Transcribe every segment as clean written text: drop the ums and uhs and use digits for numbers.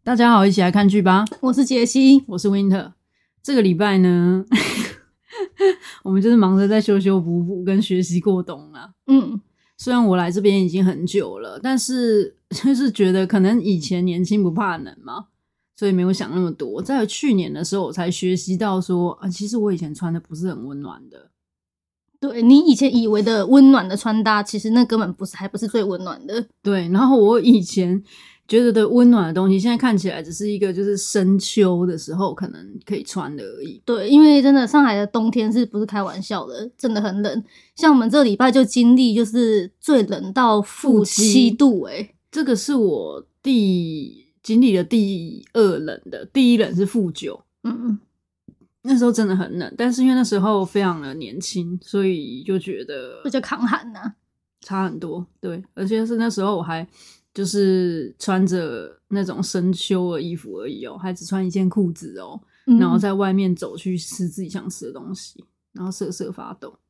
大家好，一起来看剧吧。 我是杰西， 我是 Winter。这个礼拜呢，我们就是忙着在修修补补跟学习过冬啦。虽然我来这边已经很久了，但是就是觉得可能以前年轻不怕冷嘛，所以没有想那么多。在去年的时候，我才学习到说，其实我以前穿的不是很温暖的。 对，你以前以为的温暖的穿搭，其实那根本还不是最温暖的。 对，然后我以前觉得的温暖的东西，现在看起来只是一个就是深秋的时候可能可以穿的而已。 对，因为真的上海的冬天是不是开玩笑的，真的很冷。像我们这礼拜就经历就是最冷到-7度这个是我经历了第二冷的，第一冷是-9。那时候真的很冷，但是因为那时候非常的年轻，所以就觉得这叫抗寒啊， 差很多。对，而且是那时候我还就是穿着那种深秋的衣服而已还只穿一件裤子然后在外面走去吃自己想吃的东西，然后瑟瑟发抖。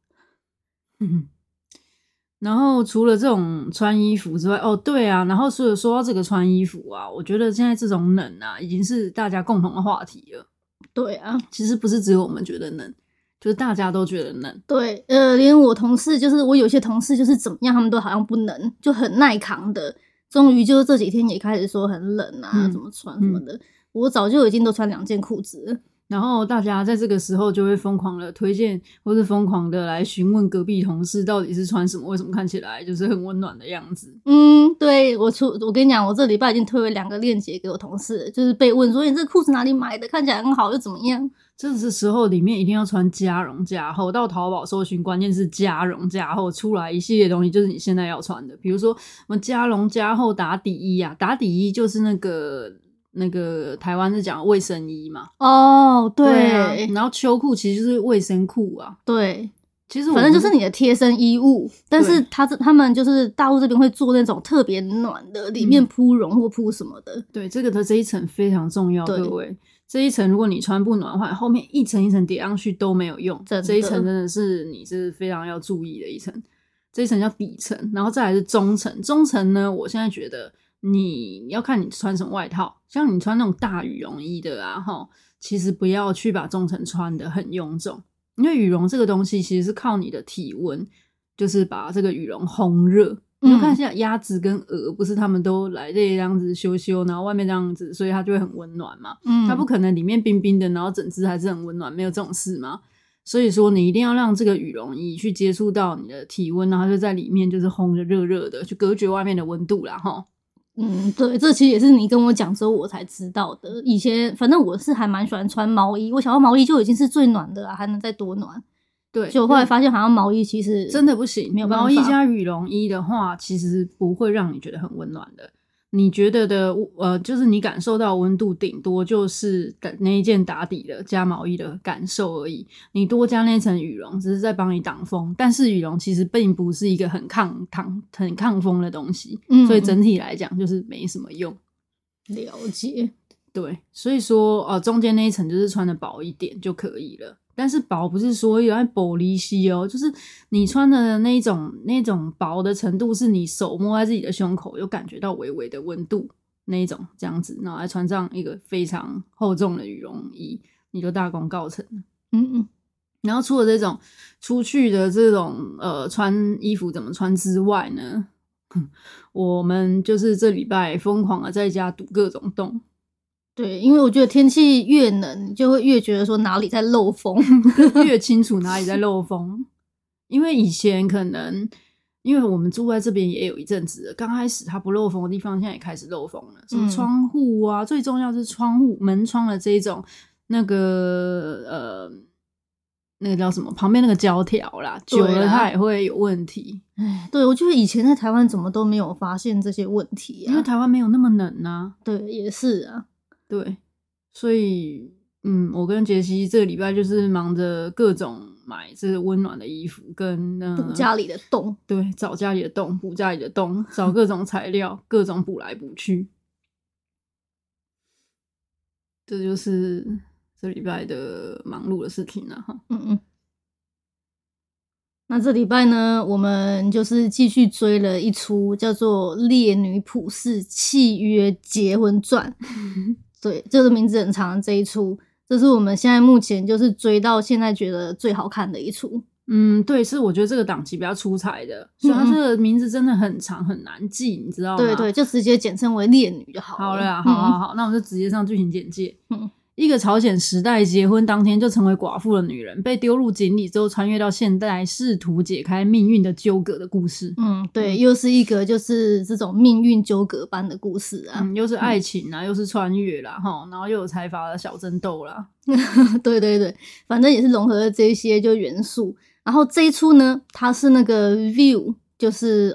然后除了这种穿衣服之外，对啊，然后所以说到这个穿衣服啊，我觉得现在这种冷啊，已经是大家共同的话题了。 对啊， 其实不是只有我们觉得冷，就是大家都觉得冷。 对，连我同事，就是我有些同事就是怎么样，他们都好像不能，就很耐扛的。终于就是这几天也开始说很冷啊，怎么穿什么的。我早就已经都穿2件裤子了。 然后大家在这个时候就会疯狂的推荐，或是疯狂的来询问隔壁同事到底是穿什么，为什么看起来就是很温暖的样子。 对，我跟你讲，我这礼拜已经推了2个链接给我同事，就是被问说你这裤子哪里买的，看起来很好又怎么样。 这时候里面一定要穿加绒加厚，到淘宝搜寻关键是加绒加厚，出来一系列东西就是你现在要穿的。比如说我们加绒加厚打底衣啊，打底衣就是那个台湾是讲卫生衣嘛。对啊，然后秋裤其实就是卫生裤啊。 对， 其实反正就是你的贴身衣物，但是他们就是大陆这边会做那种特别暖的，里面铺绒或铺什么的。 对，这个的这一层非常重要，各位。这一层如果你穿不暖的话，后面一层一层叠上去都没有用。这一层真的是你是非常要注意的一层。这一层叫底层，然后再来是中层。中层呢，我现在觉得你要看你穿什么外套，像你穿那种大羽绒衣的啊，其实不要去把中层穿得很臃肿，因为羽绒这个东西其实是靠你的体温，就是把这个羽绒烘热。你就看一下鸭子跟鹅，不是他们都来这样子修，然后外面这样子，所以它就会很温暖嘛。它不可能里面冰冰的，然后整只还是很温暖，没有这种事嘛。所以说你一定要让这个羽绒衣去接触到你的体温，然后就在里面就是烘着热热的，去隔绝外面的温度啦齁。 对，这其实也是你跟我讲之后我才知道的。以前反正我是还蛮喜欢穿毛衣，我想要毛衣就已经是最暖的了，还能再多暖。 对， 就后来发现好像毛衣其实真的不行， 没有办法。 毛衣加羽绒衣的话，其实不会让你觉得很温暖的。你觉得的就是你感受到温度，顶多就是那一件打底的加毛衣的感受而已。你多加那层羽绒，只是在帮你挡风，但是羽绒其实并不是一个很抗风的东西，所以整体来讲就是没什么用。 了解。 对，所以说中间那一层就是穿的薄一点就可以了。但是薄不是说有点薄离稀就是你穿的那种薄的程度，是你手摸在自己的胸口，有感觉到微微的温度那一种，这样子，然后再穿上一个非常厚重的羽绒衣，你就大功告成了。然后除了这种出去的这种穿衣服怎么穿之外呢，我们就是这礼拜疯狂的在家堵各种洞。 对，因为我觉得天气越冷，你就会越觉得说哪里在漏风， 越清楚哪里在漏风。因为以前可能，因为我们住在这边也有一阵子了，刚开始它不漏风的地方，现在也开始漏风了。什么窗户啊，最重要是窗户、门窗的这一种那个叫什么？旁边那个胶条啦，久了它也会有问题。 对，我觉得以前在台湾怎么都没有发现这些问题因为台湾没有那么冷啊。 对，也是啊。 对，所以我跟杰西这个礼拜就是忙着各种买这个温暖的衣服，跟补家里的洞。 对，找家里的洞，补家里的洞，找各种材料，各种补来补去。这就是这礼拜的忙碌的事情了哈。 那这礼拜呢，我们就是继续追了一出叫做《烈女普世契约结婚传》对，这个名字很长的这一出，这是我们现在目前就是追到现在觉得最好看的一出。 对，是我觉得这个档期比较出彩的，所以它这个名字真的很长很难记，你知道吗？ 对对，就直接简称为烈女就好了。 好了啦，好，那我们就直接上剧情简介。一个朝鲜时代结婚当天就成为寡妇的女人，被丢入井里之后穿越到现代，试图解开命运的纠葛的故事。 对，又是一个就是这种命运纠葛般的故事啊。 又是爱情啊，又是穿越啦，然后又有财阀的小争斗啦。 对对对，反正也是融合了这些就元素。然后这一出呢，它是那个 View 就是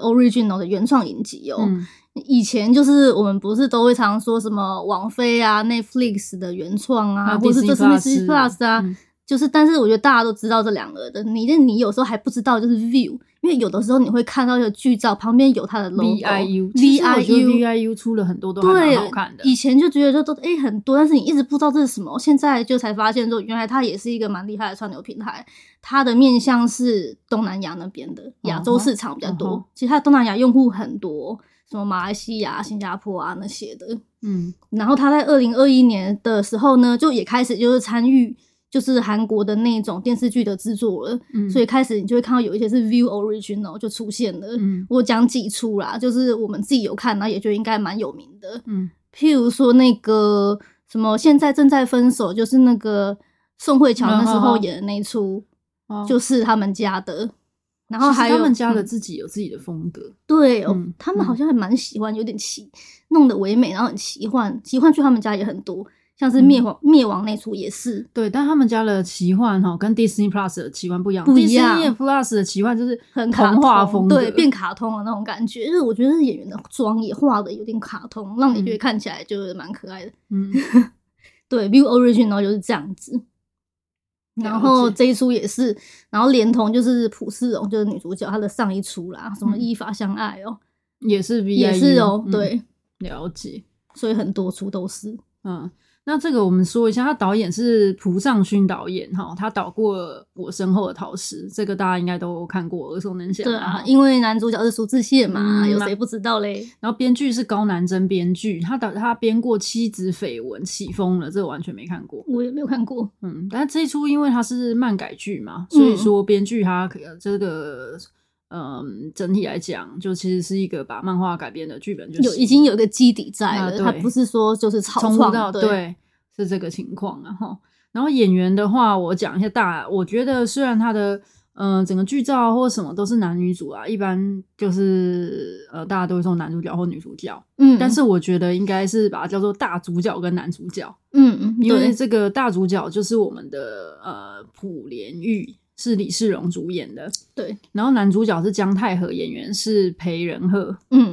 Original 的原创影集哦。以前就是我们不是都会常说什么网飞啊 Netflix 的原创啊，或是这是 Disney Plus 啊，就是但是我觉得大家都知道这两个的，你有时候还不知道就是 View， 因为有的时候你会看到一个剧照旁边有它的 logo VIU， 其实我觉得 VIU 出了很多都还蛮好看的。 以前就觉得都很多，但是你一直不知道这是什么，现在就才发现说原来它也是一个蛮厉害的串流平台，它的面向是东南亚那边的亚洲市场比较多，其实它的东南亚用户很多，什么马来西亚、新加坡啊那些的。然后他在2021年的时候呢，就也开始就是参与就是韩国的那种电视剧的制作了。所以开始你就会看到有一些是 View Original 就出现了。我讲几出啦，就是我们自己有看，然后也觉得应该蛮有名的。譬如说那个什么现在正在分手，就是那个宋慧乔那时候演的那一出，就是他们家的。然后还有他们家的自己有自己的风格。 对他们好像还蛮喜欢有点弄得唯美，然后很奇幻剧他们家也很多，像是灭亡那出也是。 对，但他们家的奇幻跟 Disney Plus 的奇幻不一样。Disney Plus 的奇幻就是很童话风格， 对，变卡通的那种感觉。就是我觉得演员的妆也画的有点卡通，让你觉得看起来就蛮可爱的。对 View Original 就是这样子。然后这一出也是，然后连同就是朴世荣就是女主角她的上一出啦，什么依法相爱也是 VIU， 也是对， 了解。 所以很多出都是。 那这个我们说一下，他导演是朴尚勋导演他导过《我身后的陶石》，这个大家应该都看过，耳熟能详。 对啊，因为男主角是苏志燮嘛，有谁不知道嘞？ 然后编剧是高南真编剧，他编过《妻子绯闻》《起风了》，这个完全没看过， 我也没有看过。 但是这一出因为它是漫改剧嘛，所以说编剧他这个整体来讲，就其实是一个把漫画改编的剧本，就已经有一个基底在了，它不是说就是草创， 对，是这个情况啊齁。然后演员的话，我讲一下我觉得虽然他的整个剧照或什么都是男女主啊，一般就是大家都会说男主角或女主角，但是我觉得应该是把它叫做大主角跟男主角，因为这个大主角就是我们的朴连玉。是李世荣主演的， 对。 然后男主角是姜泰和，演员是裴仁赫。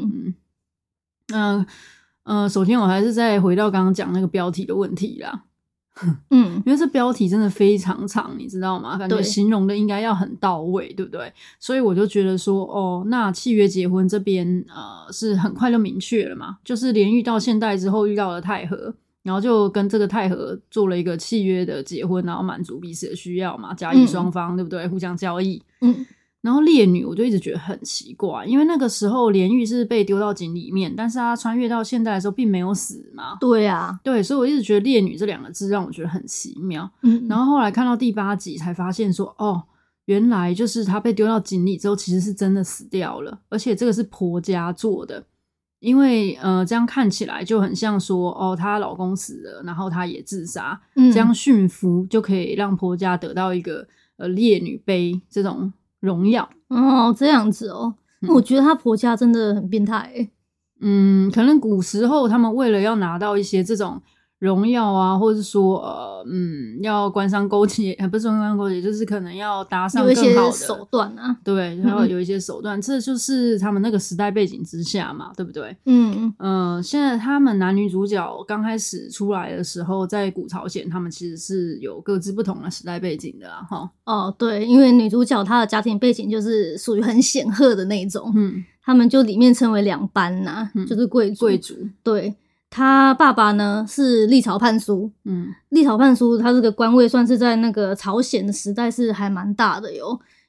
首先我还是再回到刚刚讲那个标题的问题啦。因为这标题真的非常长，你知道吗？感觉形容的应该要很到位，对不对？所以我就觉得说，那契约结婚这边是很快就明确了嘛，就是连遇到现代之后遇到了泰和。然后就跟这个泰和做了一个契约的结婚，然后满足彼此的需要嘛，甲乙双方，对不对？互相交易。然后烈女我就一直觉得很奇怪，因为那个时候连玉是被丢到井里面，但是她穿越到现代的时候并没有死嘛。 对啊， 对，所以我一直觉得烈女这两个字让我觉得很奇妙。然后后来看到第8集才发现说，原来就是她被丢到井里之后其实是真的死掉了，而且这个是婆家做的。因为这样看起来就很像说她老公死了，然后她也自杀，这样驯服就可以让婆家得到一个烈女杯这种荣耀。 这样子我觉得她婆家真的很变态可能古时候他们为了要拿到一些这种荣耀啊，或者是说要官商勾结，不是官商勾结，就是可能要搭上更好的有一些手段啊， 对，然后有一些手段，这就是他们那个时代背景之下嘛，对不对？现在他们男女主角刚开始出来的时候，在古朝鲜，他们其实是有各自不同的时代背景的啦， 对，因为女主角她的家庭背景就是属于很显赫的那种，他们就里面称为2班呐，就是贵族，对。他爸爸呢是历朝判书，历朝判书他这个官位算是在那个朝鲜的时代是还蛮大的哟，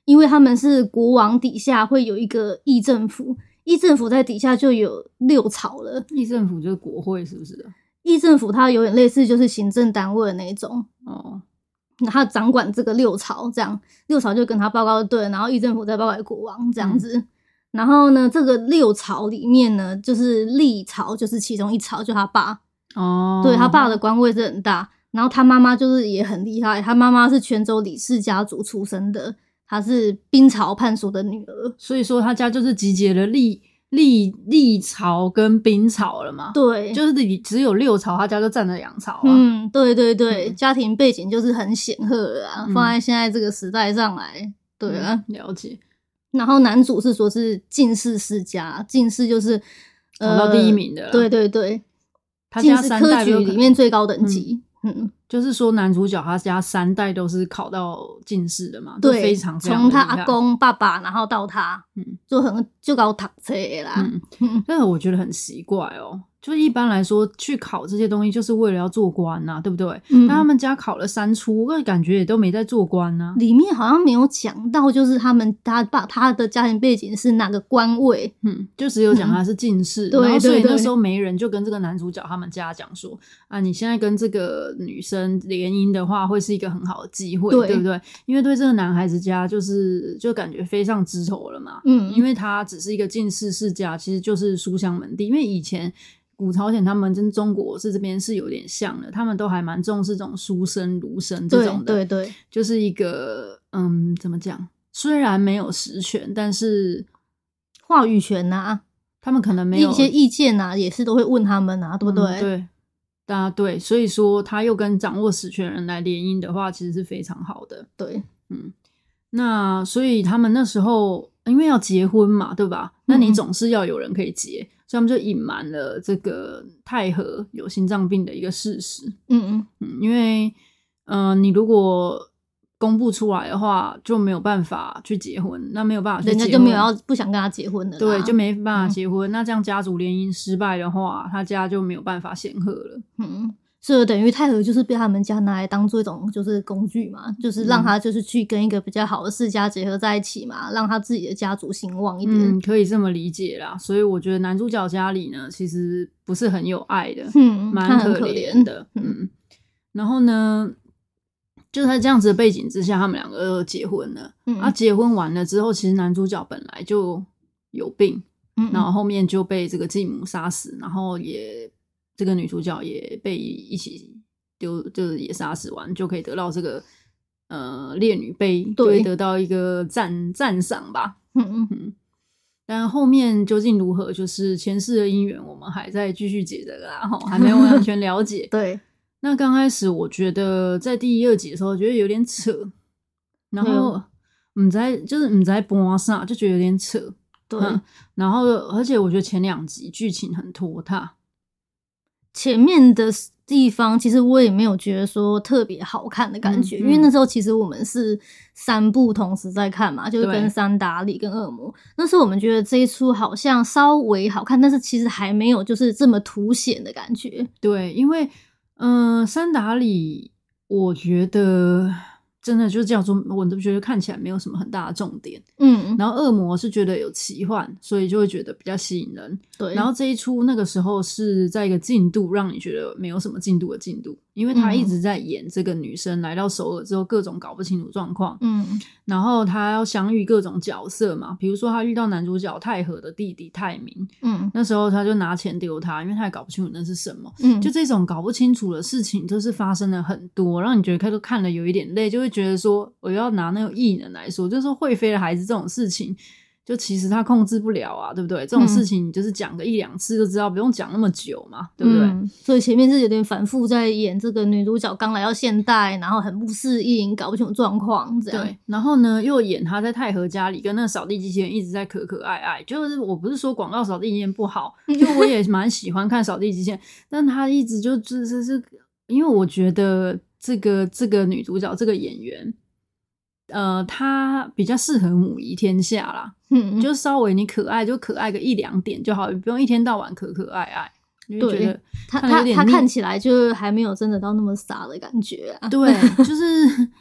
因为他们是国王底下会有一个议政府，议政府在底下就有6朝了。 议政府就是国会是不是？ 议政府它有点类似就是行政单位的那种哦， 他掌管这个6朝，这样6朝就跟他报告对，然后议政府再报告给国王这样子。然后呢，这个6朝里面呢，就是历朝就是其中一朝，就他爸。 哦， 对，他爸的官位是很大，然后他妈妈就是也很厉害，他妈妈是泉州李氏家族出身的，她是宾朝判叔的女儿。 所以说他家就是集结了历朝跟宾朝了嘛。 对， 就是只有6朝，他家就占了2朝啊。 对对对，家庭背景就是很显赫的啊，放在现在这个时代上来，对啊， 了解。 然后男主是说是进士世家，进士就是考到第1名的啦。 对对对， 他家3代科举里面最高等级。 就是说男主角他家3代都是考到进士的嘛， 对， 非常非常从他阿公、爸爸，然后到他，就搞读册的啦。 但是我觉得很奇怪哦，就是一般来说去考这些东西就是为了要做官啊，对不对？那他们家考了3出，我感觉也都没在做官啊。 里面好像没有讲到，就是他的家庭背景是哪个官位， 就只有讲他是进士，然后所以那时候媒人就跟这个男主角他们家讲说啊，你现在跟这个女生联姻的话，会是一个很好的机会，对不对？因为对这个男孩子家就感觉飞上枝头了嘛，因为他只是一个进士世家，其实就是书香门第，因为以前古朝鲜他们跟中国是这边是有点像的，他们都还蛮重视这种书生儒生这种的， 对对对， 就是一个怎么讲？虽然没有实权，但是话语权啊， 他们可能没有一些意见啊，也是都会问他们啊，对不对？ 对，对，所以说他又跟掌握实权人来联姻的话，其实是非常好的。 对， 那所以他们那时候因为要结婚嘛，对吧？那你总是要有人可以结，所以他们就隐瞒了这个太和有心脏病的一个事实。因为你如果公布出来的话，就没有办法去结婚，那没有办法去结婚， 人家就没有不想跟他结婚的， 对，就没办法结婚。那这样家族联姻失败的话，他家就没有办法显赫了。 所以等于太和就是被他们家拿来当做一种就是工具嘛，就是让他就是去跟一个比较好的世家结合在一起嘛，让他自己的家族兴旺一点。 可以这么理解啦。所以我觉得男主角家里呢，其实不是很有爱的，蛮可怜的。然后呢，就在这样子的背景之下，他们2个就结婚了。结婚完了之后，其实男主角本来就有病，然后后面就被这个继母杀死，然后这个女主角也被一起就是也杀死完，就可以得到这个烈女碑，对，得到一个赞赏吧。但后面究竟如何，就是前世的姻缘，我们还在继续解这个啦，还没有完全了解。 对， 那刚开始我觉得在第1、2集的时候，觉得有点扯，然后不知播啥，就觉得有点扯。 对， 然后而且我觉得前2集剧情很拖沓。 前面的地方其实我也没有觉得说特别好看的感觉，因为那时候其实我们是3部同时在看嘛，就是跟三打里跟恶魔，那时候我们觉得这一出好像稍微好看，但是其实还没有就是这么凸显的感觉。 对，因为三打里我觉得真的就叫做我都觉得看起来没有什么很大的重点，然后恶魔是觉得有奇幻，所以就会觉得比较吸引人。 对， 然后这一出那个时候是在一个进度让你觉得没有什么进度的进度，因为他一直在演这个女生来到首尔之后各种搞不清楚状况，然后他要相遇各种角色嘛，比如说他遇到男主角太和的弟弟泰明，那时候他就拿钱丢他，因为他也搞不清楚那是什么，就这种搞不清楚的事情就是发生了很多，让你觉得看了有一点累，就会觉得说我要拿那个异能来说，就是说会飞的孩子这种事情就其实他控制不了啊，对不对？这种事情你就是讲个1、2次就知道，不用讲那么久嘛，对不对？ 所以前面是有点反复在演这个女主角刚来到现代，然后很不适应，搞不清楚状况这样。 对，然后呢又演她在太和家里跟那个扫地机器人一直在可爱爱，就是我不是说广告扫地机器人不好，就我也蛮喜欢看扫地机器人，但她一直就是因为我觉得这个女主角这个演员。她比较适合母仪天下啦，就稍微你可爱就可爱个1、2点就好，不用一天到晚可爱爱。 对，她看起来就还没有真的到那么傻的感觉啊。 对，就是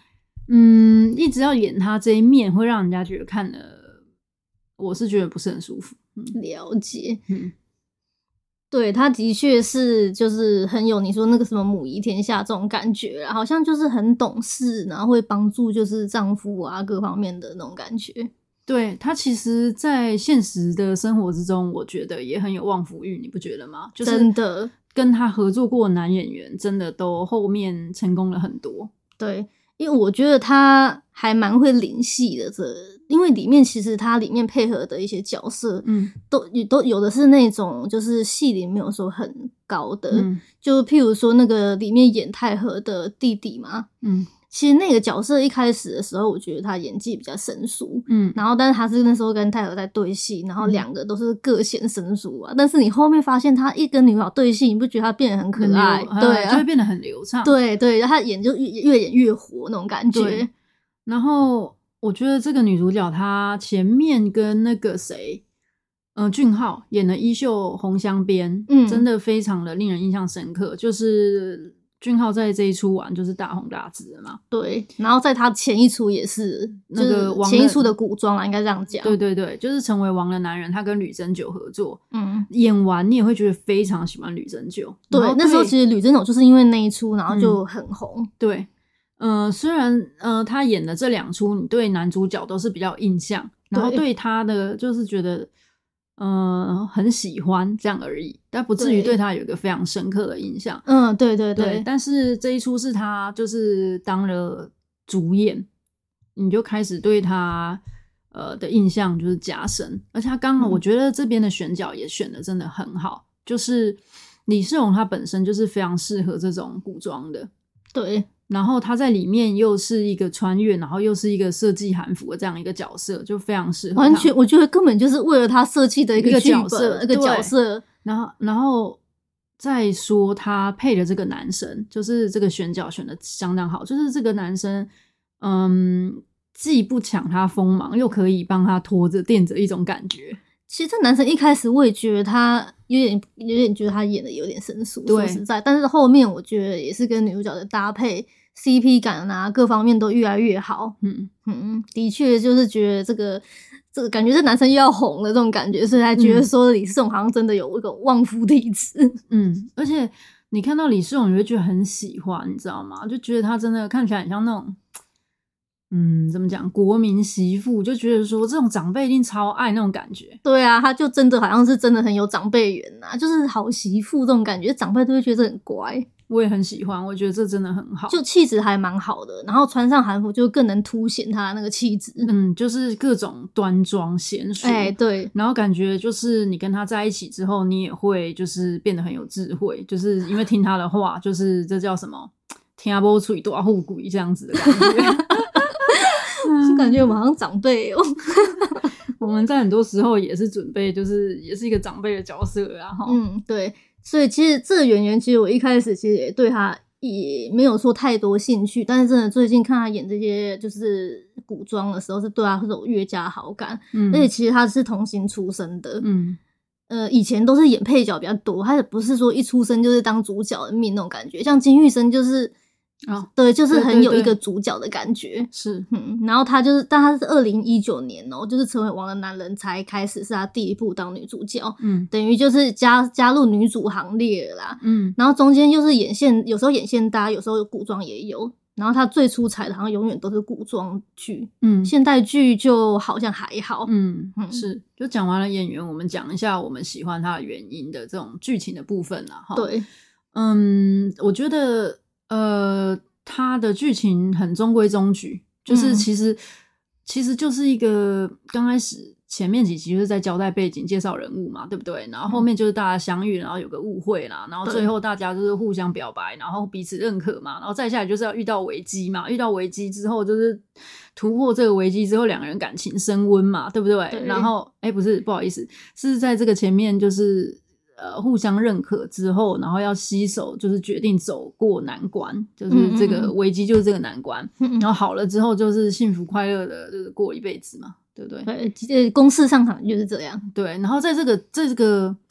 一直要演他这一面，会让人家觉得看了，我是觉得不是很舒服。 了解。对，他的确是就是很有你说那个什么母仪天下这种感觉啦，好像就是很懂事，然后会帮助就是丈夫啊各方面的那种感觉。 对，他其实在现实的生活之中，我觉得也很有旺夫运，你不觉得吗？就是真的跟他合作过的男演员真的都后面成功了很多。 对，因为我觉得他还蛮会领戏的，因为里面其实他里面配合的一些角色，都有的是那种就是戏龄没有说很高的，就譬如说那个里面演太和的弟弟嘛，其实那个角色一开始的时候，我觉得他演技比较生疏，然后但是他是那时候跟太和在对戏，然后两个都是各显生疏啊，但是你后面发现他一跟女角对戏，你不觉得他变得很可爱？对， 就会变得很流畅。 对对，他演就越演越活那种感觉。 然后我觉得这个女主角她前面跟那个谁，俊浩演的《衣袖红镶边》，真的非常的令人印象深刻。就是俊浩在这一出完就是大红大紫了嘛。 对，然后在他前一出也是那个前一出的古装啊，应该这样讲。 对对对，就是成为王的男人，他跟吕珍九合作，演完你也会觉得非常喜欢吕珍九。 对，那时候其实吕珍九就是因为那一出，然后就很红。 对。虽然他演的这两出你对男主角都是比较有印象，然后对他的就是觉得很喜欢这样而已，但不至于对他有一个非常深刻的印象。 对对 对， 但是这一出是他就是当了主演，你就开始对他的印象就是加深，而且他刚好我觉得这边的选角也选的真的很好，就是李世荣他本身就是非常适合这种古装的。 对， 然后他在里面又是一个穿越，然后又是一个设计韩服的这样一个角色，就非常适合他。 完全，我觉得根本就是为了他设计的一个角色，一个角色。 然后再说他配的这个男生，就是这个选角选的相当好，就是这个男生，既不抢他锋芒，又可以帮他拖着垫着一种感觉。 其实这男生一开始我也觉得他有点觉得他演的有点生疏，说实在，但是后面我觉得也是跟女主角的搭配 CP 感啊各方面都越来越好。的确就是觉得这个感觉这男生又要红了这种感觉，所以才觉得说李世荣好像真的有一个旺夫体质。 而且你看到李世荣你会觉得很喜欢，你知道吗？就觉得他真的看起来很像那种怎么讲，国民媳妇，就觉得说这种长辈一定超爱那种感觉。 对啊，他就真的好像是真的很有长辈缘啊，就是好媳妇这种感觉，长辈都会觉得很乖。 我也很喜欢，我觉得这真的很好， 就气质还蛮好的，然后穿上韩服就更能凸显他那个气质。 就是各种端庄娴熟。 对， 然后感觉就是你跟他在一起之后，你也会就是变得很有智慧，就是因为听他的话，就是这叫什么听不出大富贵这样子的感觉。 就感觉我们好像长辈哦。 我们在很多时候也是准备，就是也是一个长辈的角色啊。 对，所以其实这个演员，其实我一开始其实也对他也没有说太多兴趣，但是真的最近看他演这些就是古装的时候，是对他有越加好感。而且其实他是童星出身的。以前都是演配角比较多，他也不是说一出生就是当主角的命那种感觉，像金玉生就是对，就是很有一个主角的感觉。 对是然后他就是但他是2019年就是成为王的男人才开始是他第一部当女主角。等于就是加入女主行列了啦。然后中间就是有时候演现代，有时候古装也有，然后他最出彩的好像永远都是古装剧。现代剧就好像还好。 是就讲完了演员，我们讲一下我们喜欢他的原因的这种剧情的部分啦。 对， 我觉得他的剧情很中规中矩，就是其实就是一个刚开始前面几集就是在交代背景介绍人物嘛，对不对？然后后面就是大家相遇，然后有个误会啦，然后最后大家就是互相表白，然后彼此认可嘛，然后再下来就是要遇到危机嘛，遇到危机之后就是突破这个危机之后两个人感情升温嘛，对不对？然后不是，不好意思，是在这个前面就是互相认可之后，然后要携手就是决定走过难关，就是这个危机就是这个难关。然后好了之后就是幸福快乐的就是过一辈子嘛，对不对？ 公事上场就是这样。 对，然后在这个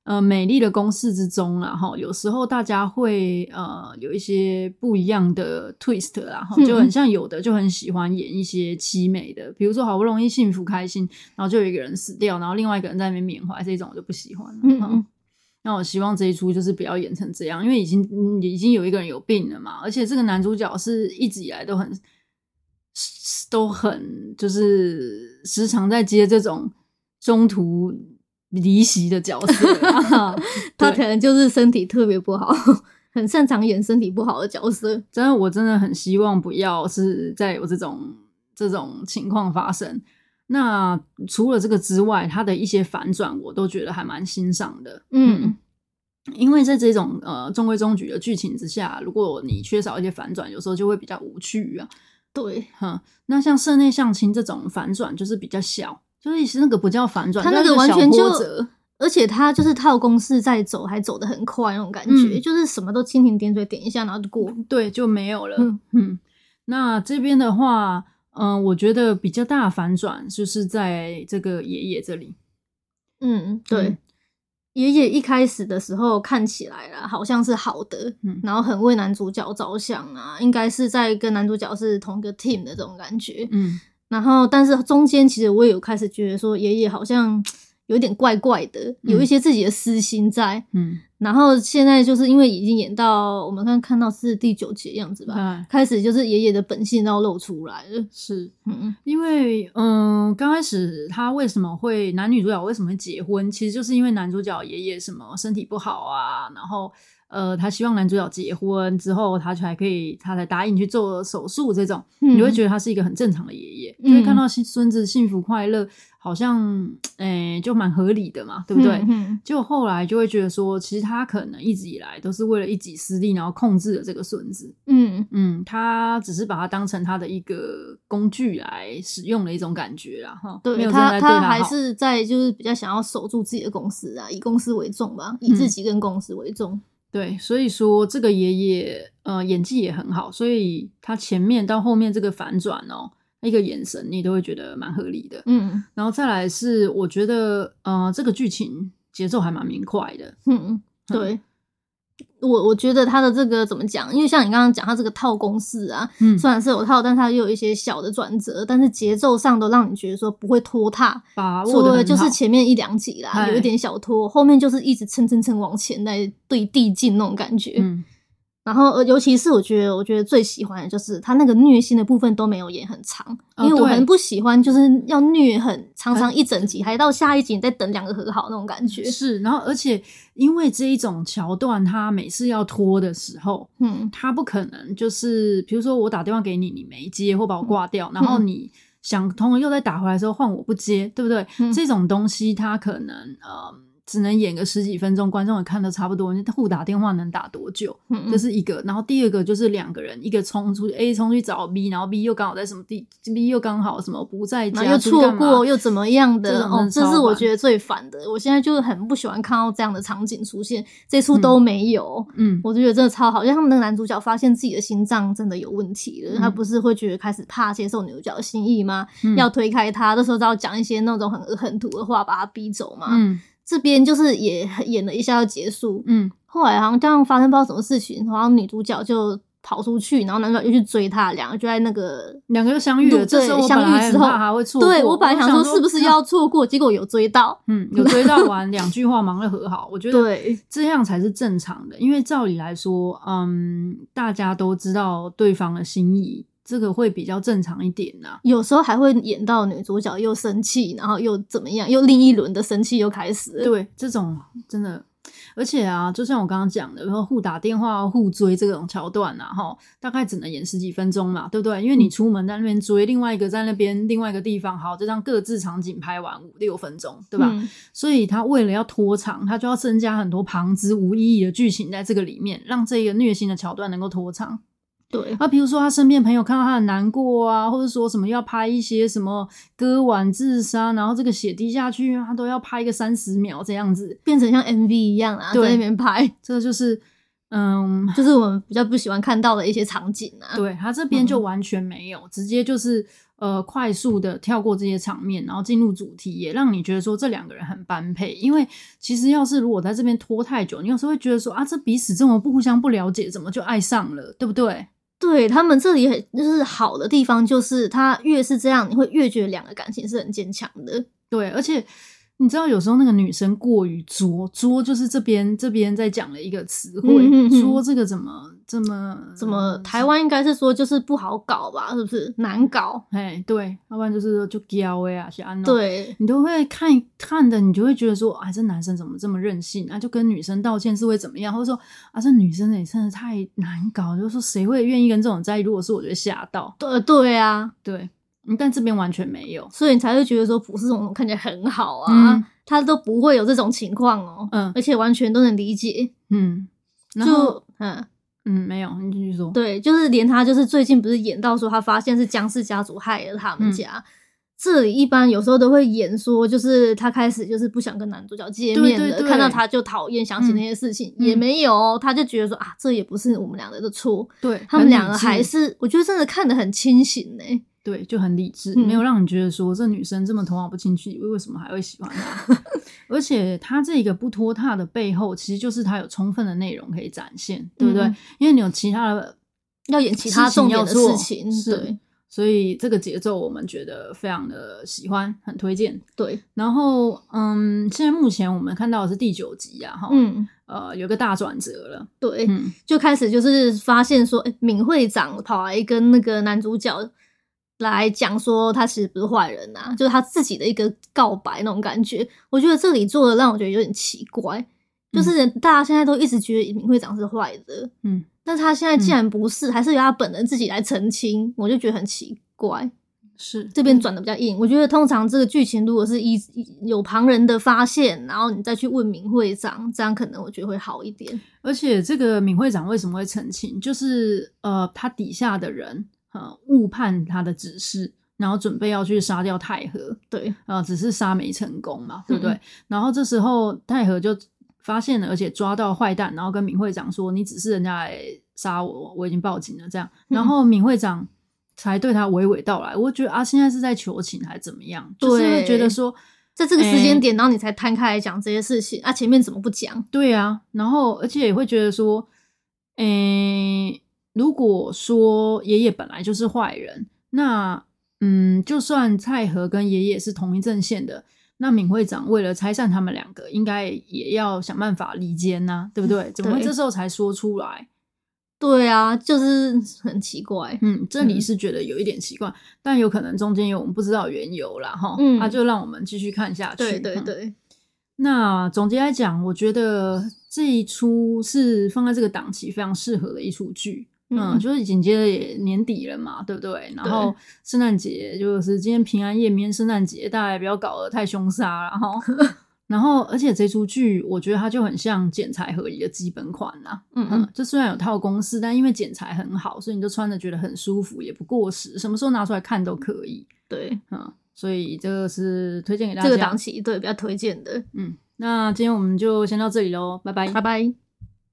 美丽的公式之中啦齁，有时候大家会有一些不一样的 twist 啦齁，就很像有的就很喜欢演一些凄美的，比如说好不容易幸福开心，然后就有一个人死掉，然后另外一个人在那边缅怀，这种我就不喜欢了。那我希望这一出就是不要演成这样，因为已经有一个人有病了嘛，而且这个男主角是一直以来都很就是时常在接这种中途离席的角色他可能就是身体特别不好，很擅长演身体不好的角色。 我真的很希望不要是再有这种情况发生。那除了这个之外，他的一些反转我都觉得还蛮欣赏的。因为在这种中规中矩的剧情之下，如果你缺少一些反转，有时候就会比较无趣啊。 对， 那像社内相亲这种反转就是比较小，就是那个不叫反转， 他那个完全就，而且他就是套公式在走，还走得很快那种感觉，就是什么都蜻蜓点水点一下然后就过， 对，就没有了。那这边的话我觉得比较大的反转就是在这个爷爷这里。 对，爷爷一开始的时候看起来啦好像是好的，然后很为男主角着想啊，应该是在跟男主角是同一个 team 的这种感觉。然后但是中间其实我也有开始觉得说爷爷好像有点怪怪的，有一些自己的私心在。然后现在就是因为已经演到我们看到是第9集的样子吧，开始就是爷爷的本性要露出来了。 是，因为刚开始他为什么会男女主角为什么会结婚，其实就是因为男主角爷爷什么身体不好啊，然后他希望男主角结婚之后他才答应去做手术，这种你会觉得他是一个很正常的爷爷，就会看到孙子幸福快乐，好像就蛮合理的嘛，对不对？结果后来就会觉得说其实他可能一直以来都是为了一己私利，然后控制了这个孙子。他只是把他当成他的一个工具来使用的一种感觉啦。 对， 没有真的在对他好， 还是在就是比较想要守住自己的公司啊，以公司为重吧，以自己跟公司为重。 对，所以说这个爷爷演技也很好，所以他前面到后面这个反转一个眼神你都会觉得蛮合理的。然后再来是我觉得这个剧情节奏还蛮明快的。 对，我觉得他的这个怎么讲，因为像你刚刚讲他这个套公式啊，虽然是有套，但是他又有一些小的转折，但是节奏上都让你觉得说不会拖沓， 把握得很好。 就是前面1-2集啦有一点小拖，后面就是一直蹭往前来对递进那种感觉。然后尤其是我觉得最喜欢的就是他那个虐心的部分都没有演很长，因为我很不喜欢就是要虐很常一整集，还到下一集你再等2个和好那种感觉。 是，然后而且因为这一种桥段他每次要拖的时候他不可能就是比如说我打电话给你，你没接或把我挂掉，然后你想通了又再打回来的时候换我不接，对不对？这种东西他可能只能演个10几分钟，观众也看得差不多，互打电话能打多久？这是一个。然后第二个就是2个人，一个冲出去 A 冲去找 B， 然后 B 又刚好在什么地 B 又刚好什么不在家， 又错过又怎么样的这是我觉得最烦的。我现在就很不喜欢看到这样的场景出现，这出都没有。我就觉得真的超好，像他们那个男主角发现自己的心脏真的有问题了，他不是会觉得开始怕接受女主角的心意吗？要推开他，那时候就要讲一些那种很狠毒的话把他逼走嘛。这边就是也演了一下要结束，后来好像这样发生不知道什么事情，好像女主角就跑出去，然后男主角又去追她，两个就在那个 2个就相遇了。这时候我本来很怕还会错过， 对，我本来想说是不是要错过，结果有追到， 有追到完2句话忙了和好，我觉得这样才是正常的，因为照理来说，大家都知道对方的心意。这个会比较正常一点啊， 有时候还会演到女主角又生气，然后又怎么样，又另一轮的生气又开始了。 对，这种真的，而且啊，就像我刚刚讲的，然后互打电话、互追这种桥段啊，大概只能演10几分钟嘛，对不对？因为你出门在那边追，另外一个在那边另外一个地方，好，就让各自场景拍完5-6分钟，对吧？所以他为了要拖长，他就要增加很多旁支无意义的剧情在这个里面，让这个虐心的桥段能够拖长。 对， 比如说他身边朋友看到他很难过啊，或者说什么要拍一些什么割腕自杀，然后这个血滴下去他都要拍一个30秒这样子， 变成像 MV 一样啊，在那边拍。 这就是就是我们比较不喜欢看到的一些场景啊。 对，他这边就完全没有，直接就是快速的跳过这些场面，然后进入主题，也让你觉得说这两个人很般配。因为其实要是如果在这边拖太久，你有时候会觉得说啊，这彼此这么互相不了解，怎么就爱上了，对不对？ 对，他们这里就是好的地方，就是他越是这样，你会越觉得两个感情是很坚强的。 对，而且你知道有时候那个女生过于作，作就是这边在讲了一个词汇，作这个怎么台湾应该是说就是不好搞吧，是不是难搞？ 哎，对，要不然就是就娇啊，是安对， 你都会看的，你就会觉得说，啊，这男生怎么这么任性啊？就跟女生道歉是会怎么样？或者说啊，这女生也真的太难搞，就是说谁会愿意跟这种在一起？如果是我觉得吓到， 对啊， 对。但这边完全没有， 所以你才会觉得说朴世荣看起来很好啊，他都不会有这种情况哦，而且完全都能理解， 然后没有，你继续说。 对，就是连他就是最近不是演到说他发现是江氏家族害了他们家，这里一般有时候都会演说，就是他开始就是不想跟男主角见面了，看到他就讨厌，想起那些事情，也没有，他就觉得说啊，这也不是我们两个的错， 对， 他们两个还是，我觉得真的看得很清醒欸。 对，就很理智，没有让你觉得说这女生这么头脑不清晰，为什么还会喜欢她？而且她这个不拖沓的背后，其实就是她有充分的内容可以展现，对不对？因为你有其他的要演其他重点的事情， 对，所以这个节奏我们觉得非常的喜欢，很推荐。 对， 然后现在目前我们看到的是第9集啊，有个大转折了， 对，就开始就是发现说，闵会长跑来跟那个男主角来讲说他其实不是坏人啊，就是他自己的一个告白那种感觉。我觉得这里做的让我觉得有点奇怪，就是大家现在都一直觉得闵会长是坏的，但他现在既然不是，还是由他本人自己来澄清，我就觉得很奇怪。 是这边转的比较硬，我觉得通常这个剧情如果是有旁人的发现，然后你再去问闵会长，这样可能我觉得会好一点。 而且这个闵会长为什么会澄清，就是他底下的人误判他的指示，然后准备要去杀掉太和， 对， 只是杀没成功嘛，对不对？然后这时候太和就发现了，而且抓到坏蛋，然后跟闵会长说：“你指示人家来杀我，我已经报警了。”这样，然后闵会长才对他娓娓道来。我觉得现在是在求情还是怎么样？就是会觉得说， 在这个时间点，然后你才摊开来讲这些事情前面怎么不讲？ 对啊，然后而且也会觉得说，如果说爷爷本来就是坏人，那就算太和跟爷爷是同一阵线的，那闵会长为了拆散他们两个，应该也要想办法离间啊，对不对？怎么会这时候才说出来？ 对啊，就是很奇怪。 这里是觉得有一点奇怪，但有可能中间有我们不知道的缘由啦，就让我们继续看下去。 对。 那总结来讲，我觉得这一出是放在这个档期非常适合的一出剧。就是紧接着也年底了嘛，对不对？然后圣诞节就是今天平安夜，明天圣诞节，大家也不要搞得太凶杀，然后而且这出剧我觉得它就很像剪裁合理的基本款啦。这虽然有套公式，但因为剪裁很好，所以你就穿着觉得很舒服，也不过时，什么时候拿出来看都可以。 对， 所以这个是推荐给大家这个档期，对，比较推荐的。 那今天我们就先到这里咯，拜拜， 拜拜。